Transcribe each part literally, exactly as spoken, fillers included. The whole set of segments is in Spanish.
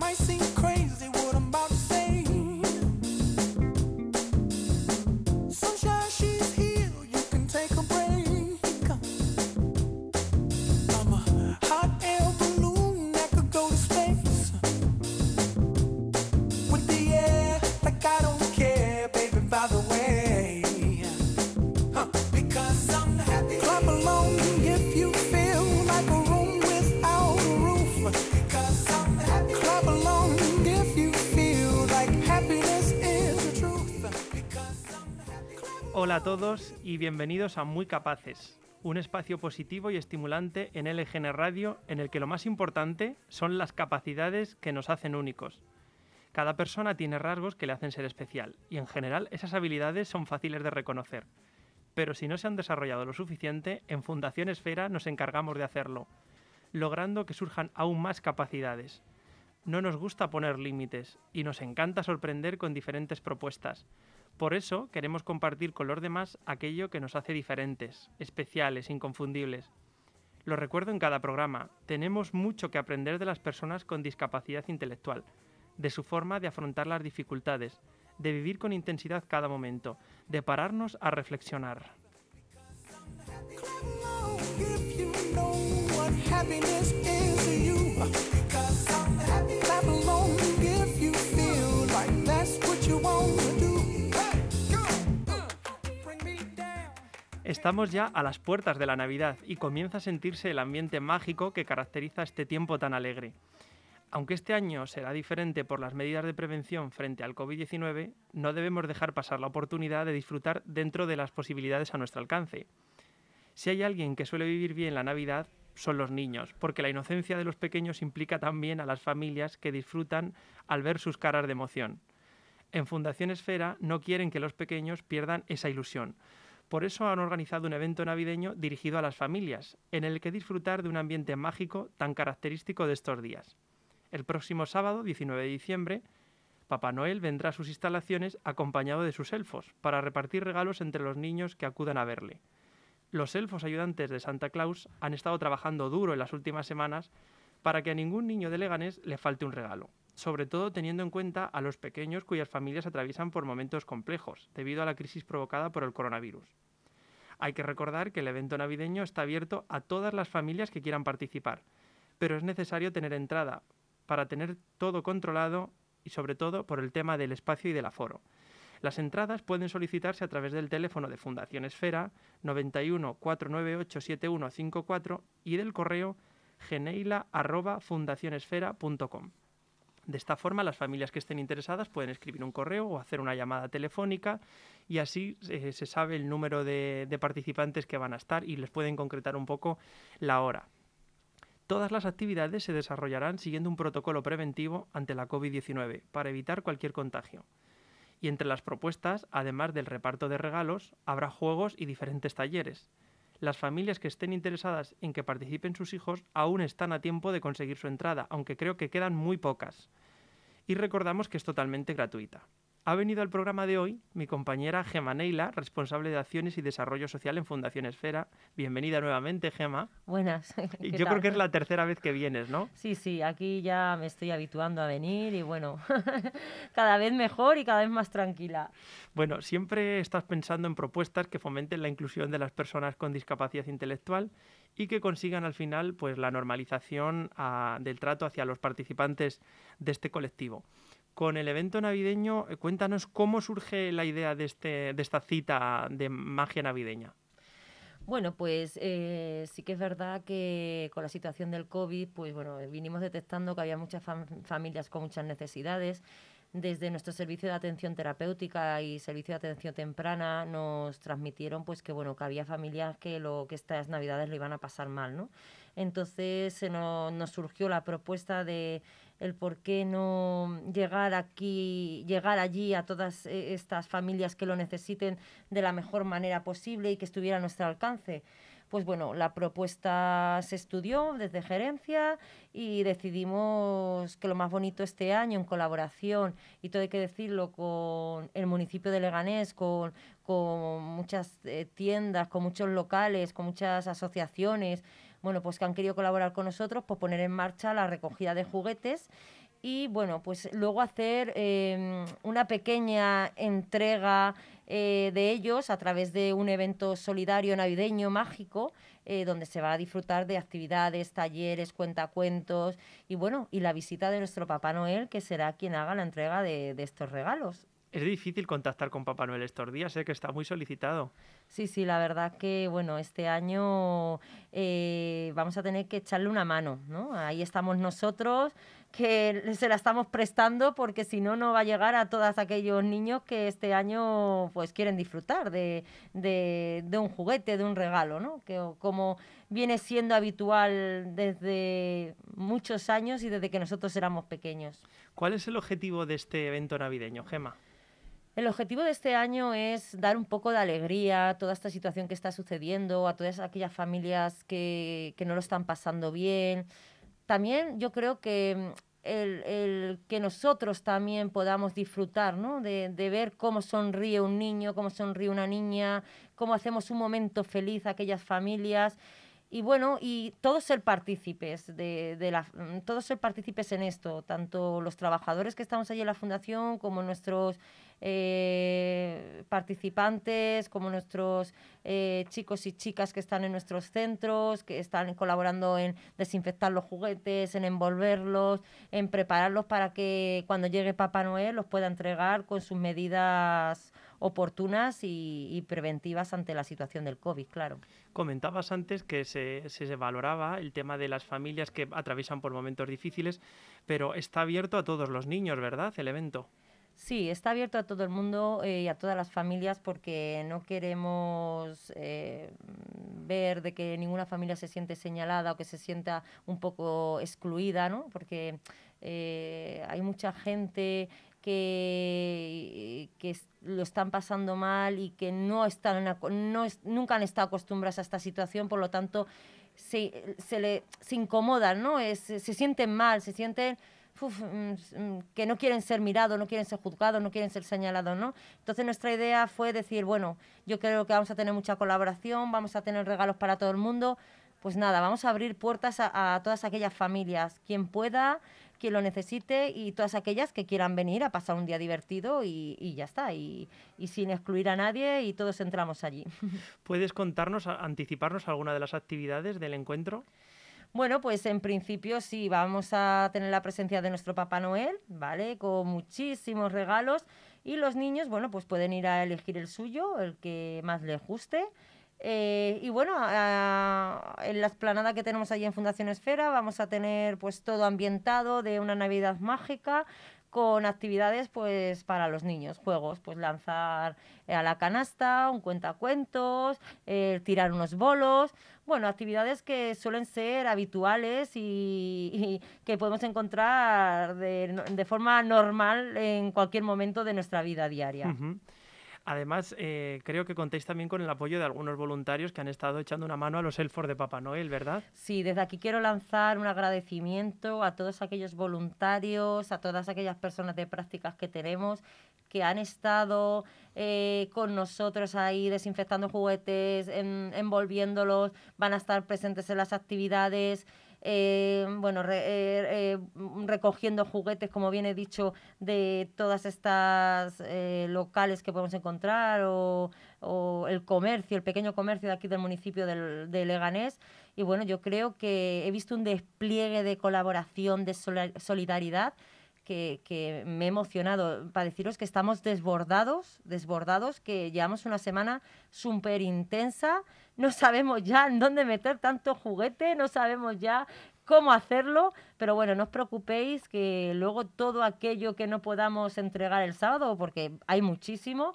Hola a todos y bienvenidos a Muy Capaces, un espacio positivo y estimulante en L G N Radio en el que lo más importante son las capacidades que nos hacen únicos. Cada persona tiene rasgos que le hacen ser especial y en general esas habilidades son fáciles de reconocer. Pero si no se han desarrollado lo suficiente, en Fundación Esfera nos encargamos de hacerlo, logrando que surjan aún más capacidades. No nos gusta poner límites y nos encanta sorprender con diferentes propuestas. Por eso queremos compartir con los demás aquello que nos hace diferentes, especiales, inconfundibles. Lo recuerdo en cada programa, tenemos mucho que aprender de las personas con discapacidad intelectual, de su forma de afrontar las dificultades, de vivir con intensidad cada momento, de pararnos a reflexionar. Estamos ya a las puertas de la Navidad y comienza a sentirse el ambiente mágico que caracteriza este tiempo tan alegre. Aunque este año será diferente por las medidas de prevención frente al COVID diecinueve, no debemos dejar pasar la oportunidad de disfrutar dentro de las posibilidades a nuestro alcance. Si hay alguien que suele vivir bien la Navidad, son los niños, porque la inocencia de los pequeños implica también a las familias que disfrutan al ver sus caras de emoción. En Fundación Esfera no quieren que los pequeños pierdan esa ilusión. Por eso han organizado un evento navideño dirigido a las familias, en el que disfrutar de un ambiente mágico tan característico de estos días. El próximo sábado, diecinueve de diciembre, Papá Noel vendrá a sus instalaciones acompañado de sus elfos, para repartir regalos entre los niños que acudan a verle. Los elfos ayudantes de Santa Claus han estado trabajando duro en las últimas semanas para que a ningún niño de Leganés le falte un regalo, sobre todo teniendo en cuenta a los pequeños cuyas familias atraviesan por momentos complejos, debido a la crisis provocada por el coronavirus. Hay que recordar que el evento navideño está abierto a todas las familias que quieran participar, pero es necesario tener entrada para tener todo controlado y sobre todo por el tema del espacio y del aforo. Las entradas pueden solicitarse a través del teléfono de Fundación Esfera noventa y uno, cuatrocientos noventa y ocho, setenta y uno cincuenta y cuatro y del correo geneila arroba fundacionesfera punto com. De esta forma, las familias que estén interesadas pueden escribir un correo o hacer una llamada telefónica y así eh, se sabe el número de, de participantes que van a estar y les pueden concretar un poco la hora. Todas las actividades se desarrollarán siguiendo un protocolo preventivo ante la COVID diecinueve para evitar cualquier contagio. Y entre las propuestas, además del reparto de regalos, habrá juegos y diferentes talleres. Las familias que estén interesadas en que participen sus hijos aún están a tiempo de conseguir su entrada, aunque creo que quedan muy pocas. Y recordamos que es totalmente gratuita. Ha venido al programa de hoy mi compañera Gema Neila, responsable de Acciones y Desarrollo Social en Fundación Esfera. Bienvenida nuevamente, Gema. Buenas. Yo tal? creo que es la tercera vez que vienes, ¿no? Sí, sí, aquí ya me estoy habituando a venir y bueno, cada vez mejor y cada vez más tranquila. Bueno, siempre estás pensando en propuestas que fomenten la inclusión de las personas con discapacidad intelectual y que consigan al final pues la normalización a, del trato hacia los participantes de este colectivo. Con el evento navideño, cuéntanos cómo surge la idea de, este, de esta cita de magia navideña. Bueno, pues eh, sí que es verdad que con la situación del COVID, pues bueno, vinimos detectando que había muchas fam- familias con muchas necesidades. Desde nuestro servicio de atención terapéutica y servicio de atención temprana nos transmitieron pues que bueno que había familias que lo que estas Navidades lo iban a pasar mal, ¿no? Entonces se nos, nos surgió la propuesta de el por qué no llegar aquí, llegar allí a todas estas familias que lo necesiten de la mejor manera posible y que estuviera a nuestro alcance. Pues bueno, la propuesta se estudió desde gerencia y decidimos que lo más bonito este año, en colaboración, y todo hay que decirlo, con el municipio de Leganés, con, con muchas eh, tiendas, con muchos locales, con muchas asociaciones, bueno, pues que han querido colaborar con nosotros, pues poner en marcha la recogida de juguetes y bueno, pues luego hacer eh, una pequeña entrega eh, de ellos a través de un evento solidario navideño mágico, eh, donde se va a disfrutar de actividades, talleres, cuentacuentos y bueno, y la visita de nuestro Papá Noel, que será quien haga la entrega de, de estos regalos. Es difícil contactar con Papá Noel estos días, sé que está muy solicitado. Sí, sí, la verdad que, bueno, este año eh, vamos a tener que echarle una mano, ¿no? Ahí estamos nosotros, que se la estamos prestando porque si no, no va a llegar a todos aquellos niños que este año pues quieren disfrutar de, de, de un juguete, de un regalo, ¿no? Que como viene siendo habitual desde muchos años y desde que nosotros éramos pequeños. ¿Cuál es el objetivo de este evento navideño, Gemma? El objetivo de este año es dar un poco de alegría a toda esta situación que está sucediendo, a todas aquellas familias que, que no lo están pasando bien. También yo creo que el, el que nosotros también podamos disfrutar, ¿no? de, de ver cómo sonríe un niño, cómo sonríe una niña, cómo hacemos un momento feliz a aquellas familias. Y bueno, y todos ser partícipes de, de la, todos ser partícipes en esto, tanto los trabajadores que estamos allí en la fundación como nuestros eh, participantes, como nuestros eh, chicos y chicas que están en nuestros centros, que están colaborando en desinfectar los juguetes, en envolverlos, en prepararlos para que cuando llegue Papá Noel los pueda entregar con sus medidas oportunas y, y preventivas ante la situación del COVID, claro. Comentabas antes que se, se valoraba el tema de las familias que atraviesan por momentos difíciles, pero está abierto a todos los niños, ¿verdad?, el evento. Sí, está abierto a todo el mundo eh, y a todas las familias porque no queremos eh, ver de que ninguna familia se siente señalada o que se sienta un poco excluida, ¿no? Porque eh, hay mucha gente que, que lo están pasando mal y que no están, no es, nunca han estado acostumbrados a esta situación, por lo tanto se, se, le, se incomodan, ¿no? Es, se sienten mal, se sienten... Uf, que no quieren ser mirados, no quieren ser juzgados, no quieren ser señalados, ¿no? Entonces nuestra idea fue decir, bueno, yo creo que vamos a tener mucha colaboración, vamos a tener regalos para todo el mundo, pues nada, vamos a abrir puertas a, a todas aquellas familias, quien pueda, quien lo necesite y todas aquellas que quieran venir a pasar un día divertido y, y ya está, y, y sin excluir a nadie y todos entramos allí. ¿Puedes contarnos, anticiparnos alguna de las actividades del encuentro? Bueno, pues en principio sí, vamos a tener la presencia de nuestro Papá Noel, ¿vale? Con muchísimos regalos y los niños, bueno, pues pueden ir a elegir el suyo, el que más les guste. Eh, y bueno, a, en la explanada que tenemos allí en Fundación Esfera vamos a tener pues todo ambientado de una Navidad mágica con actividades pues para los niños, juegos, pues lanzar a la canasta, un cuentacuentos, eh, tirar unos bolos, bueno, actividades que suelen ser habituales y, y que podemos encontrar de, de forma normal en cualquier momento de nuestra vida diaria. Uh-huh. Además, eh, creo que contáis también con el apoyo de algunos voluntarios que han estado echando una mano a los elfos de Papá Noel, ¿verdad? Sí, desde aquí quiero lanzar un agradecimiento a todos aquellos voluntarios, a todas aquellas personas de prácticas que tenemos, que han estado eh, con nosotros ahí desinfectando juguetes, en, envolviéndolos, van a estar presentes en las actividades. Eh, bueno, re, eh, eh, recogiendo juguetes, como bien he dicho, de todas estas eh, locales que podemos encontrar o, o el comercio, el pequeño comercio de aquí del municipio del, de Leganés. Y bueno, yo creo que he visto un despliegue de colaboración, de solidaridad, Que, que me he emocionado. Para deciros que estamos desbordados, desbordados, que llevamos una semana súper intensa, no sabemos ya en dónde meter tanto juguete, no sabemos ya cómo hacerlo, pero bueno, no os preocupéis que luego todo aquello que no podamos entregar el sábado, porque hay muchísimo,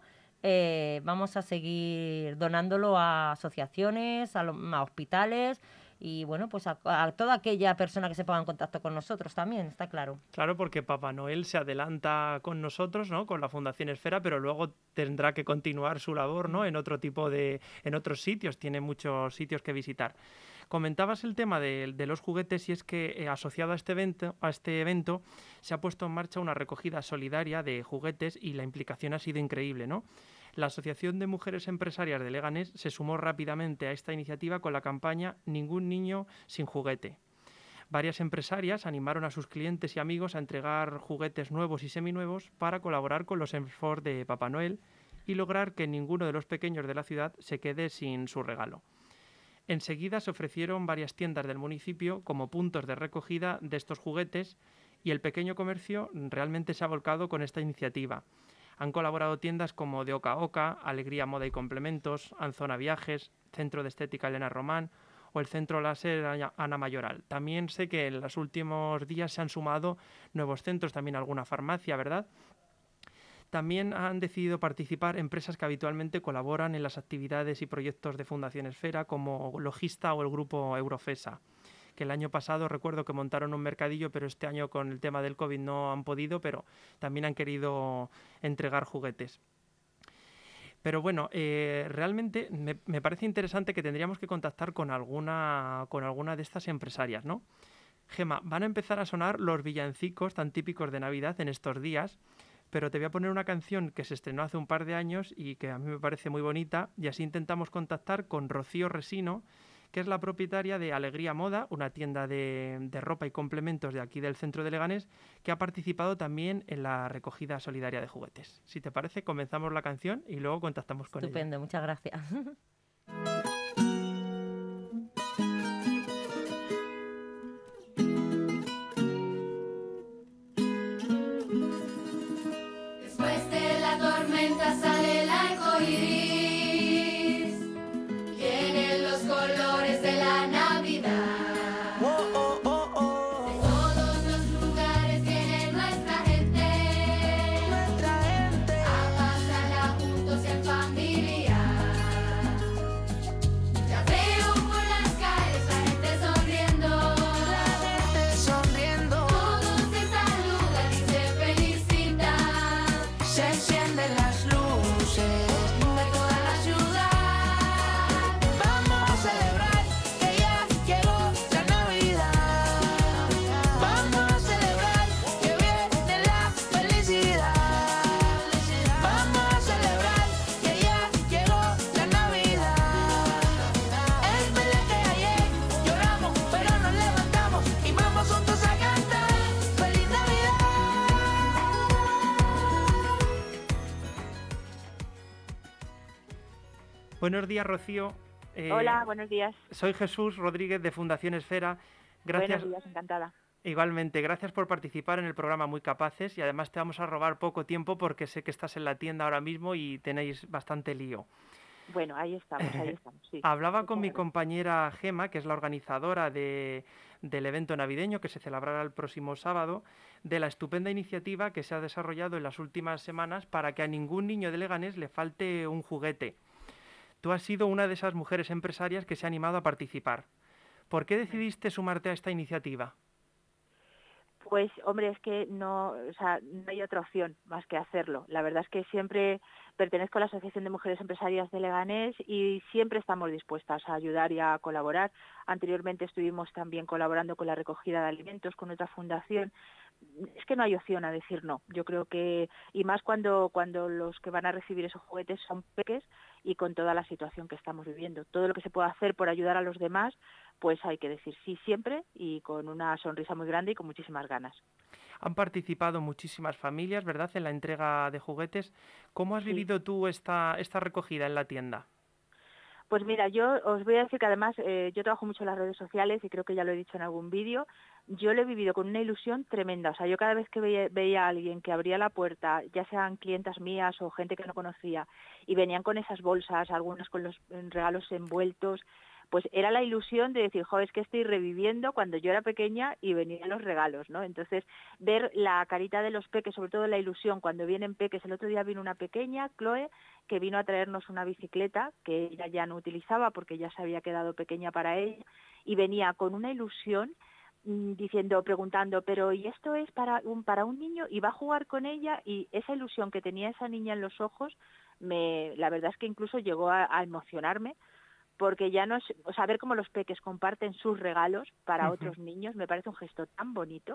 eh, vamos a seguir donándolo a asociaciones, a, lo, a hospitales, y bueno, pues a, a toda aquella persona que se ponga en contacto con nosotros también, está claro. Claro, porque Papá Noel se adelanta con nosotros, ¿no?, con la Fundación Esfera, pero luego tendrá que continuar su labor, ¿no?, en otro tipo de, en otros sitios, tiene muchos sitios que visitar. Comentabas el tema de, de los juguetes y es que eh, asociado a este evento, a este evento se ha puesto en marcha una recogida solidaria de juguetes y la implicación ha sido increíble, ¿no? La Asociación de Mujeres Empresarias de Leganés se sumó rápidamente a esta iniciativa con la campaña Ningún niño sin juguete. Varias empresarias animaron a sus clientes y amigos a entregar juguetes nuevos y seminuevos para colaborar con los esfuerzos de Papá Noel y lograr que ninguno de los pequeños de la ciudad se quede sin su regalo. Enseguida se ofrecieron varias tiendas del municipio como puntos de recogida de estos juguetes y el pequeño comercio realmente se ha volcado con esta iniciativa. Han colaborado tiendas como de Oca Oca, Alegría Moda y Complementos, Anzona Viajes, Centro de Estética Elena Román o el Centro Láser Ana Mayoral. También sé que en los últimos días se han sumado nuevos centros, también alguna farmacia, ¿verdad? También han decidido participar empresas que habitualmente colaboran en las actividades y proyectos de Fundación Esfera, como Logista o el grupo Eurofesa, que el año pasado recuerdo que montaron un mercadillo, pero este año con el tema del COVID no han podido, pero también han querido entregar juguetes. Pero bueno, eh, realmente me, me parece interesante que tendríamos que contactar con alguna, con alguna de estas empresarias, ¿no? Gema, van a empezar a sonar los villancicos tan típicos de Navidad en estos días, pero te voy a poner una canción que se estrenó hace un par de años y que a mí me parece muy bonita, y así intentamos contactar con Rocío Resino, que es la propietaria de Alegría Moda, una tienda de, de ropa y complementos de aquí del centro de Leganés, que ha participado también en la recogida solidaria de juguetes. Si te parece, comenzamos la canción y luego contactamos con ella. Estupendo, muchas gracias. Después de la tormenta sale el arco iris, tienen los colores de la Navidad. Oh, oh, oh, oh. De todos los lugares viene nuestra gente, Nuestra gente. a pasarla juntos en familia. Ya veo por las calles la gente sonriendo, La gente sonriendo. todos se saludan y se felicitan. Se encienden las luces de toda la ciudad. Vamos a celebrar que ya llegó la Navidad. Vamos a celebrar que viene la felicidad. Vamos a celebrar que ya llegó la Navidad. Es verdad que ayer lloramos, pero nos levantamos y vamos juntos a cantar. ¡Feliz Navidad! Buenos días, Rocío. Eh, Hola, buenos días. Soy Jesús Rodríguez de Fundación Esfera. Gracias. Buenos días, encantada. Igualmente, gracias por participar en el programa Muy Capaces y además te vamos a robar poco tiempo porque sé que estás en la tienda ahora mismo y tenéis bastante lío. Bueno, ahí estamos, ahí estamos, sí. Hablaba con mi Muchas compañera Gema, que es la organizadora de, del evento navideño que se celebrará el próximo sábado, de la estupenda iniciativa que se ha desarrollado en las últimas semanas para que a ningún niño de Leganés le falte un juguete. Tú has sido una de esas mujeres empresarias que se ha animado a participar. ¿Por qué decidiste sumarte a esta iniciativa? Pues, hombre, es que no, o sea, no hay otra opción más que hacerlo. La verdad es que siempre pertenezco a la Asociación de Mujeres Empresarias de Leganés y siempre estamos dispuestas a ayudar y a colaborar. Anteriormente estuvimos también colaborando con la recogida de alimentos con otra fundación. Es que no hay opción a decir no. Yo creo que, y más cuando, cuando los que van a recibir esos juguetes son peques y con toda la situación que estamos viviendo. Todo lo que se pueda hacer por ayudar a los demás, pues hay que decir sí siempre y con una sonrisa muy grande y con muchísimas ganas. Han participado muchísimas familias, ¿verdad?, en la entrega de juguetes. ¿Cómo has Sí. vivido tú esta, esta recogida en la tienda? Pues mira, yo os voy a decir que además eh, yo trabajo mucho en las redes sociales y creo que ya lo he dicho en algún vídeo. Yo lo he vivido con una ilusión tremenda. O sea, yo cada vez que veía, veía a alguien que abría la puerta, ya sean clientas mías o gente que no conocía, y venían con esas bolsas, algunas con los regalos envueltos, pues era la ilusión de decir, jo, es que estoy reviviendo cuando yo era pequeña y venían los regalos, ¿no? Entonces, ver la carita de los peques, sobre todo la ilusión, cuando vienen peques. El otro día vino una pequeña, Chloe, que vino a traernos una bicicleta que ella ya no utilizaba porque ya se había quedado pequeña para ella, y venía con una ilusión mmm, diciendo, preguntando, pero ¿y esto es para un, para un niño? Y va a jugar con ella, y esa ilusión que tenía esa niña en los ojos, me, la verdad es que incluso llegó a, a emocionarme, porque ya no es, o sea, ver cómo los peques comparten sus regalos para Ujú. otros niños, me parece un gesto tan bonito.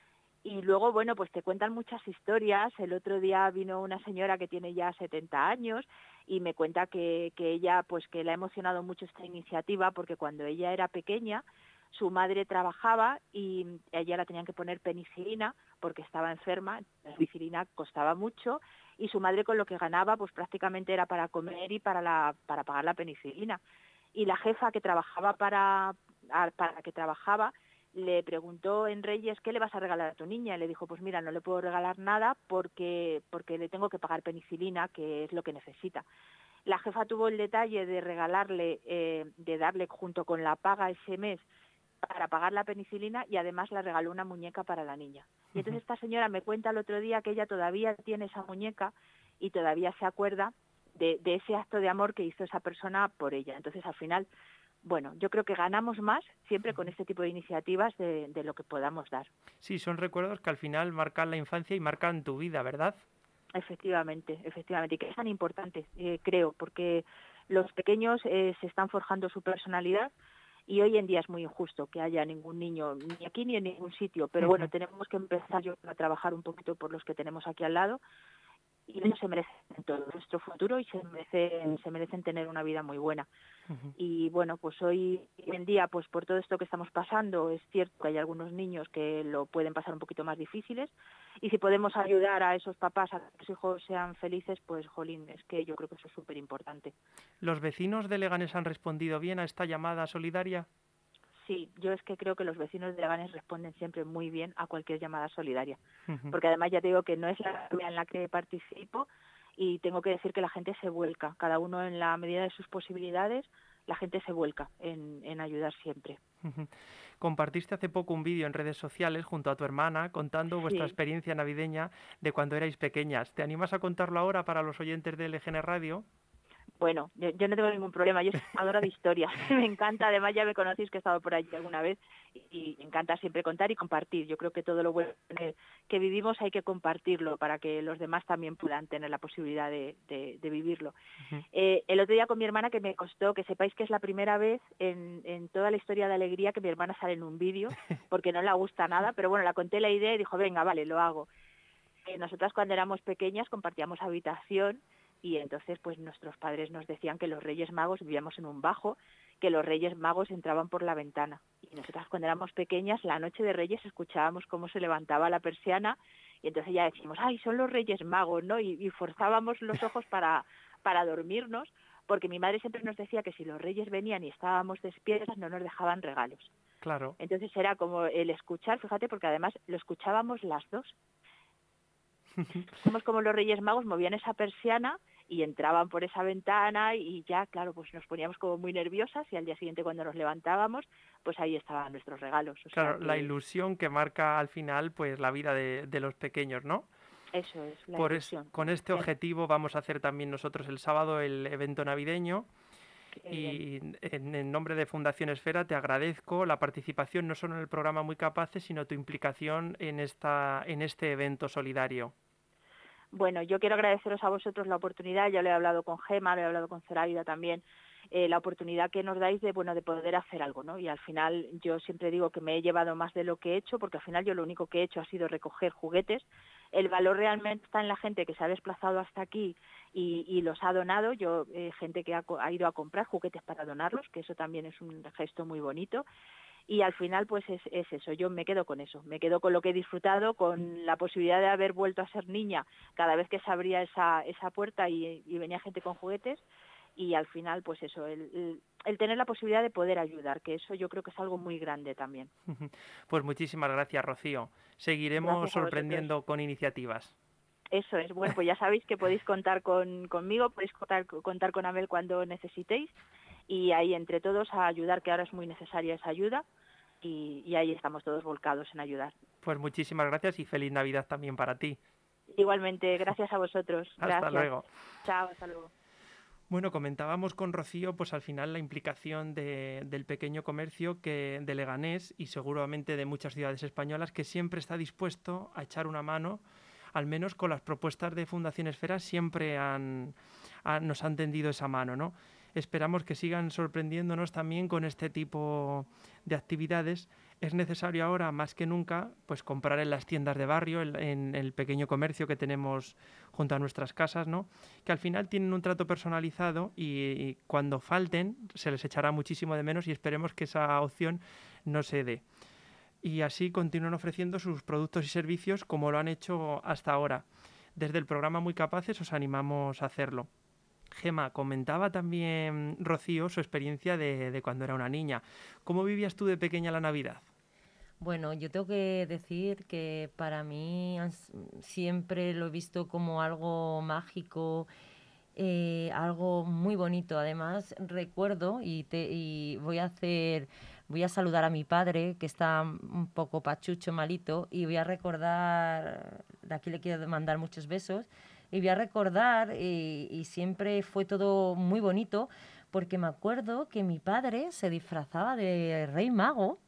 Y luego, bueno, pues te cuentan muchas historias. El otro día vino una señora que tiene ya setenta años y me cuenta que, que ella, pues que le ha emocionado mucho esta iniciativa, porque cuando ella era pequeña, Su madre trabajaba y a ella la tenían que poner penicilina porque estaba enferma, la penicilina costaba mucho y su madre con lo que ganaba pues prácticamente era para comer y para la para pagar la penicilina. Y la jefa que trabajaba para para que trabajaba le preguntó en Reyes, ¿qué le vas a regalar a tu niña? Y le dijo, pues mira, no le puedo regalar nada porque porque le tengo que pagar penicilina, que es lo que necesita. La jefa tuvo el detalle de regalarle, eh, de darle junto con la paga ese mes para pagar la penicilina y además le regaló una muñeca para la niña. Y entonces esta señora me cuenta el otro día que ella todavía tiene esa muñeca y todavía se acuerda de, de ese acto de amor que hizo esa persona por ella. Entonces al final, bueno, yo creo que ganamos más siempre con este tipo de iniciativas de, de lo que podamos dar. Sí, son recuerdos que al final marcan la infancia y marcan tu vida, ¿verdad? Efectivamente, efectivamente, y que es tan importante, eh, creo, porque los pequeños eh, se están forjando su personalidad y hoy en día es muy injusto que haya ningún niño, ni aquí ni en ningún sitio, pero bueno, tenemos que empezar yo a trabajar un poquito por los que tenemos aquí al lado y ellos se merecen todo nuestro futuro y se merecen, se merecen tener una vida muy buena. Uh-huh. Y bueno, pues hoy en día, pues por todo esto que estamos pasando, es cierto que hay algunos niños que lo pueden pasar un poquito más difíciles y si podemos ayudar a esos papás a que sus hijos sean felices, pues jolín, es que yo creo que eso es súper importante. ¿Los vecinos de Leganés han respondido bien a esta llamada solidaria? Sí, yo es que creo que los vecinos de Leganés responden siempre muy bien a cualquier llamada solidaria, Uh-huh. porque además ya te digo que no es la primera en la que participo y tengo que decir que la gente se vuelca, cada uno en la medida de sus posibilidades, la gente se vuelca en, en ayudar siempre. Uh-huh. Compartiste hace poco un vídeo en redes sociales junto a tu hermana contando vuestra Sí. experiencia navideña de cuando erais pequeñas. ¿Te animas a contarlo ahora para los oyentes de L G N Radio? Bueno, yo, yo no tengo ningún problema, yo soy amadora de historias, me encanta, además ya me conocéis que he estado por allí alguna vez y, y me encanta siempre contar y compartir. Yo creo que todo lo bueno que vivimos hay que compartirlo para que los demás también puedan tener la posibilidad de, de, de vivirlo. Uh-huh. Eh, el otro día con mi hermana, que me costó, que sepáis que es la primera vez en, en toda la historia de Alegría que mi hermana sale en un vídeo, porque no le gusta nada, pero bueno, la conté la idea y dijo, venga, vale, lo hago. Eh, nosotras cuando éramos pequeñas compartíamos habitación y entonces pues nuestros padres nos decían que los Reyes Magos, vivíamos en un bajo, que los Reyes Magos entraban por la ventana. Y nosotras cuando éramos pequeñas, la noche de Reyes escuchábamos cómo se levantaba la persiana y entonces ya decimos, ay, son los Reyes Magos, ¿no? Y, y forzábamos los ojos para, para dormirnos, porque mi madre siempre nos decía que si los Reyes venían y estábamos despiertas no nos dejaban regalos. Claro. Entonces era como el escuchar, fíjate, porque además lo escuchábamos las dos. Somos como los Reyes Magos movían esa persiana y entraban por esa ventana y ya, claro, pues nos poníamos como muy nerviosas y al día siguiente cuando nos levantábamos, pues ahí estaban nuestros regalos. O Claro, sea la que ilusión que marca al final pues la vida de, de los pequeños, ¿no? eso es, la Por es- ilusión. con este Bien, objetivo vamos a hacer también nosotros el sábado el evento navideño qué bien. y en, en nombre de Fundación Esfera te agradezco la participación no solo en el programa Muy Capaces, sino tu implicación en, esta, en este evento solidario. Bueno, yo quiero agradeceros a vosotros la oportunidad, ya lo he hablado con Gema, lo he hablado con Zoraida también, eh, la oportunidad que nos dais de bueno de poder hacer algo, ¿no? Y al final yo siempre digo que me he llevado más de lo que he hecho, porque al final yo lo único que he hecho ha sido recoger juguetes. El valor realmente está en la gente que se ha desplazado hasta aquí y, y los ha donado. Yo, eh, gente que ha, co- ha ido a comprar juguetes para donarlos, que eso también es un gesto muy bonito. Y al final pues es, es eso, yo me quedo con eso, me quedo con lo que he disfrutado, con la posibilidad de haber vuelto a ser niña cada vez que se abría esa, esa puerta y, y venía gente con juguetes y al final pues eso, el, el, el tener la posibilidad de poder ayudar, que eso yo creo que es algo muy grande también. Pues muchísimas gracias, Rocío. Seguiremos Gracias a vosotros. sorprendiendo con iniciativas. Eso es, bueno, pues ya sabéis que podéis contar con, conmigo, podéis contar, contar con Abel cuando necesitéis y ahí entre todos a ayudar, que ahora es muy necesaria esa ayuda y, y ahí estamos todos volcados en ayudar. Pues muchísimas gracias y feliz Navidad también para ti. Igualmente, gracias a vosotros. Hasta Gracias. luego. Chao, hasta luego. Bueno, comentábamos con Rocío, pues al final la implicación de- del pequeño comercio que de Leganés y seguramente de muchas ciudades españolas que siempre está dispuesto a echar una mano, al menos con las propuestas de Fundación Esfera siempre han, han- nos han tendido esa mano, ¿no? Esperamos que sigan sorprendiéndonos también con este tipo de actividades. Es necesario ahora, más que nunca, pues comprar en las tiendas de barrio, en, en el pequeño comercio que tenemos junto a nuestras casas, ¿no? Que al final tienen un trato personalizado y, y cuando falten se les echará muchísimo de menos y esperemos que esa opción no se dé. Y así continúan ofreciendo sus productos y servicios como lo han hecho hasta ahora. Desde el programa Muy Capaces os animamos a hacerlo. Gema, comentaba también Rocío su experiencia de, de cuando era una niña. ¿Cómo vivías tú de pequeña la Navidad? Bueno, yo tengo que decir que para mí has- siempre lo he visto como algo mágico, eh, algo muy bonito. Además, recuerdo y, te, y voy a hacer, voy a saludar a mi padre, que está un poco pachucho, malito, y voy a recordar, de aquí le quiero mandar muchos besos, y voy a recordar, y, y siempre fue todo muy bonito, porque me acuerdo que mi padre se disfrazaba de Rey Mago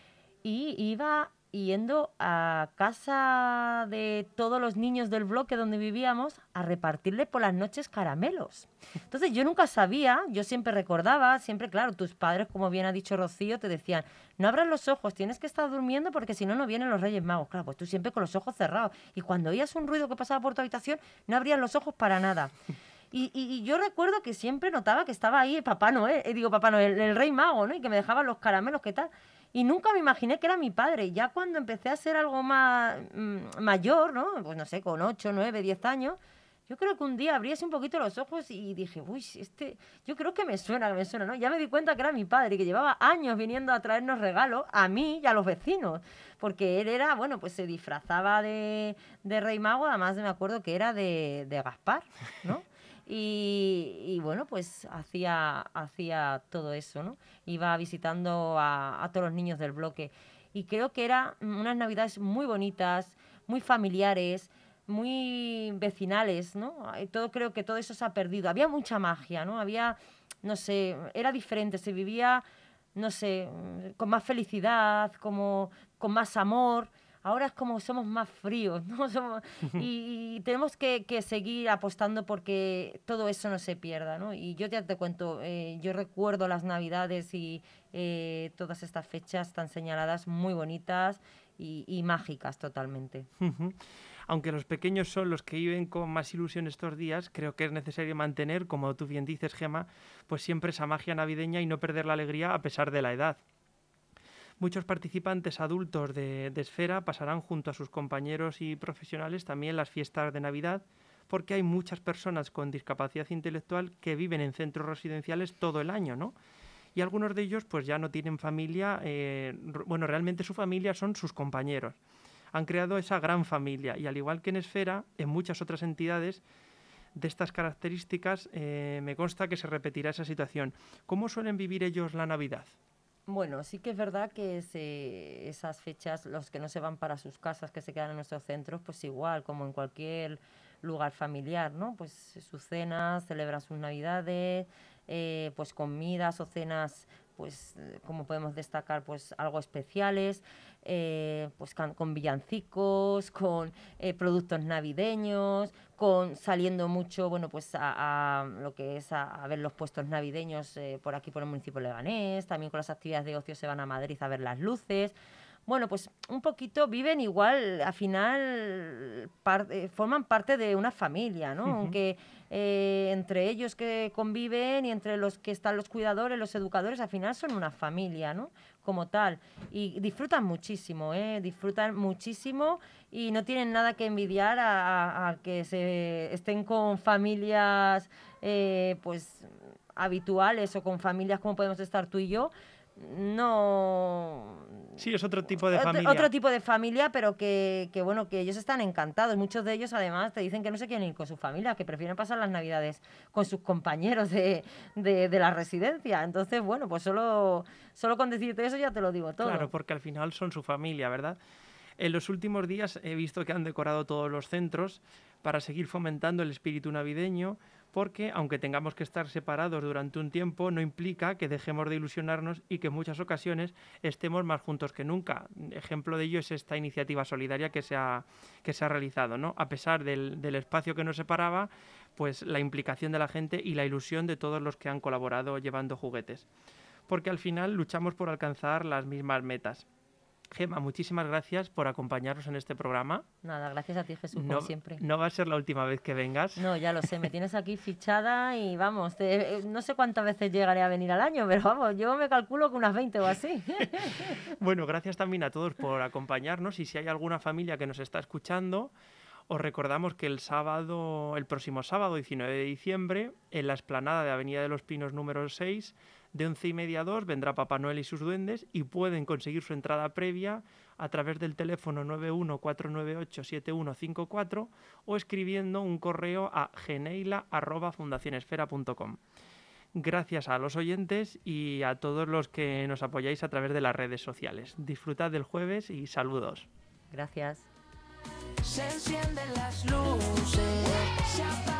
y iba yendo a casa de todos los niños del bloque donde vivíamos a repartirle por las noches caramelos. Entonces yo nunca sabía, yo siempre recordaba, siempre, claro, tus padres, como bien ha dicho Rocío, te decían, no abras los ojos, tienes que estar durmiendo porque si no, no vienen los Reyes Magos. Claro, pues tú siempre con los ojos cerrados. Y cuando oías un ruido que pasaba por tu habitación, no abrías los ojos para nada. Y, y- y yo recuerdo que siempre notaba que estaba ahí Papá Noel, eh, digo Papá Noel, el Rey Mago, ¿no? Y que me dejaba los caramelos, ¿qué tal? Y nunca me imaginé que era mi padre. Ya cuando empecé a ser algo más mm, mayor, ¿no? Pues no sé, con ocho, nueve, diez años, yo creo que un día abrí así un poquito los ojos y dije, uy, este, yo creo que me suena, que me suena, ¿no? Ya me di cuenta que era mi padre, que llevaba años viniendo a traernos regalos a mí y a los vecinos. Porque él era, bueno, pues se disfrazaba de, de Rey Mago, además me acuerdo que era de, de Gaspar, ¿no? Y, y bueno, pues hacía, hacía todo eso, ¿no? Iba visitando a, a todos los niños del bloque. Y creo que eran unas navidades muy bonitas, muy familiares, muy vecinales, ¿no? Y todo, creo que todo eso se ha perdido. Había mucha magia, ¿no? Había, no sé, era diferente, se vivía, no sé, con más felicidad, como, con más amor. Ahora es como somos más fríos, ¿no? Somos- y, y tenemos que, que seguir apostando porque todo eso no se pierda, ¿no? Y yo ya te cuento, eh, yo recuerdo las Navidades y eh, todas estas fechas tan señaladas, muy bonitas y, y mágicas totalmente. Ujú. Aunque los pequeños son los que viven con más ilusión estos días, creo que es necesario mantener, como tú bien dices, Gema, pues siempre esa magia navideña y no perder la alegría a pesar de la edad. Muchos participantes adultos de, de Esfera pasarán junto a sus compañeros y profesionales también las fiestas de Navidad, porque hay muchas personas con discapacidad intelectual que viven en centros residenciales todo el año, ¿no? Y algunos de ellos pues ya no tienen familia, eh, r- bueno, realmente su familia son sus compañeros. Han creado esa gran familia y al igual que en Esfera, en muchas otras entidades de estas características, eh, me consta que se repetirá esa situación. ¿Cómo suelen vivir ellos la Navidad? Bueno, sí que es verdad que se- esas fechas, los que no se van para sus casas, que se quedan en nuestros centros, pues igual, como en cualquier lugar familiar, ¿no? Pues sus cenas, celebran sus navidades, eh, pues comidas o cenas, pues eh, como podemos destacar, pues algo especiales, eh, pues can- con villancicos, con eh, productos navideños, con saliendo mucho, bueno, pues a, a lo que es a, a ver los puestos navideños eh, por aquí por el municipio de Leganés, también con las actividades de ocio se van a Madrid a ver las luces. Bueno, pues un poquito viven igual, al final par- eh, forman parte de una familia, ¿no? Ujú. Aunque eh, entre ellos que conviven y entre los que están los cuidadores, los educadores, al final son una familia, ¿no? Como tal. Y disfrutan muchísimo, ¿eh? Disfrutan muchísimo y no tienen nada que envidiar a, a- a que se estén con familias eh, pues habituales o con familias como podemos estar tú y yo. No. Sí, es otro tipo de Otro, familia. otro tipo de familia, pero que, que, bueno, que ellos están encantados. Muchos de ellos, además, te dicen que no se quieren ir con su familia, que prefieren pasar las navidades con sus compañeros de, de, de la residencia. Entonces, bueno, pues solo, solo con decirte eso ya te lo digo todo. Claro, porque al final son su familia, ¿verdad? En los últimos días he visto que han decorado todos los centros para seguir fomentando el espíritu navideño, porque aunque tengamos que estar separados durante un tiempo, no implica que dejemos de ilusionarnos y que en muchas ocasiones estemos más juntos que nunca. Ejemplo de ello es esta iniciativa solidaria que se ha, que se ha realizado, ¿no? A pesar del, del espacio que nos separaba, pues la implicación de la gente y la ilusión de todos los que han colaborado llevando juguetes. Porque al final luchamos por alcanzar las mismas metas. Gemma, muchísimas gracias por acompañarnos en este programa. Nada, gracias a ti, Jesús, No, como siempre. no va a ser la última vez que vengas. No, ya lo sé, me tienes aquí fichada y vamos, te- no sé cuántas veces llegaré a venir al año, pero vamos, yo me calculo que unas veinte o así. Bueno, gracias también a todos por acompañarnos y si hay alguna familia que nos está escuchando, os recordamos que el sábado, el próximo sábado, diecinueve de diciembre, en la explanada de Avenida de los Pinos número seis, de once y media a dos, vendrá Papá Noel y sus duendes y pueden conseguir su entrada previa a través del teléfono nueve uno cuatro nueve ocho siete uno cinco cuatro o escribiendo un correo a geneila arroba fundacionesfera punto com. Gracias a los oyentes y a todos los que nos apoyáis a través de las redes sociales. Disfrutad del jueves y saludos. Gracias. Se encienden las luces, se apagan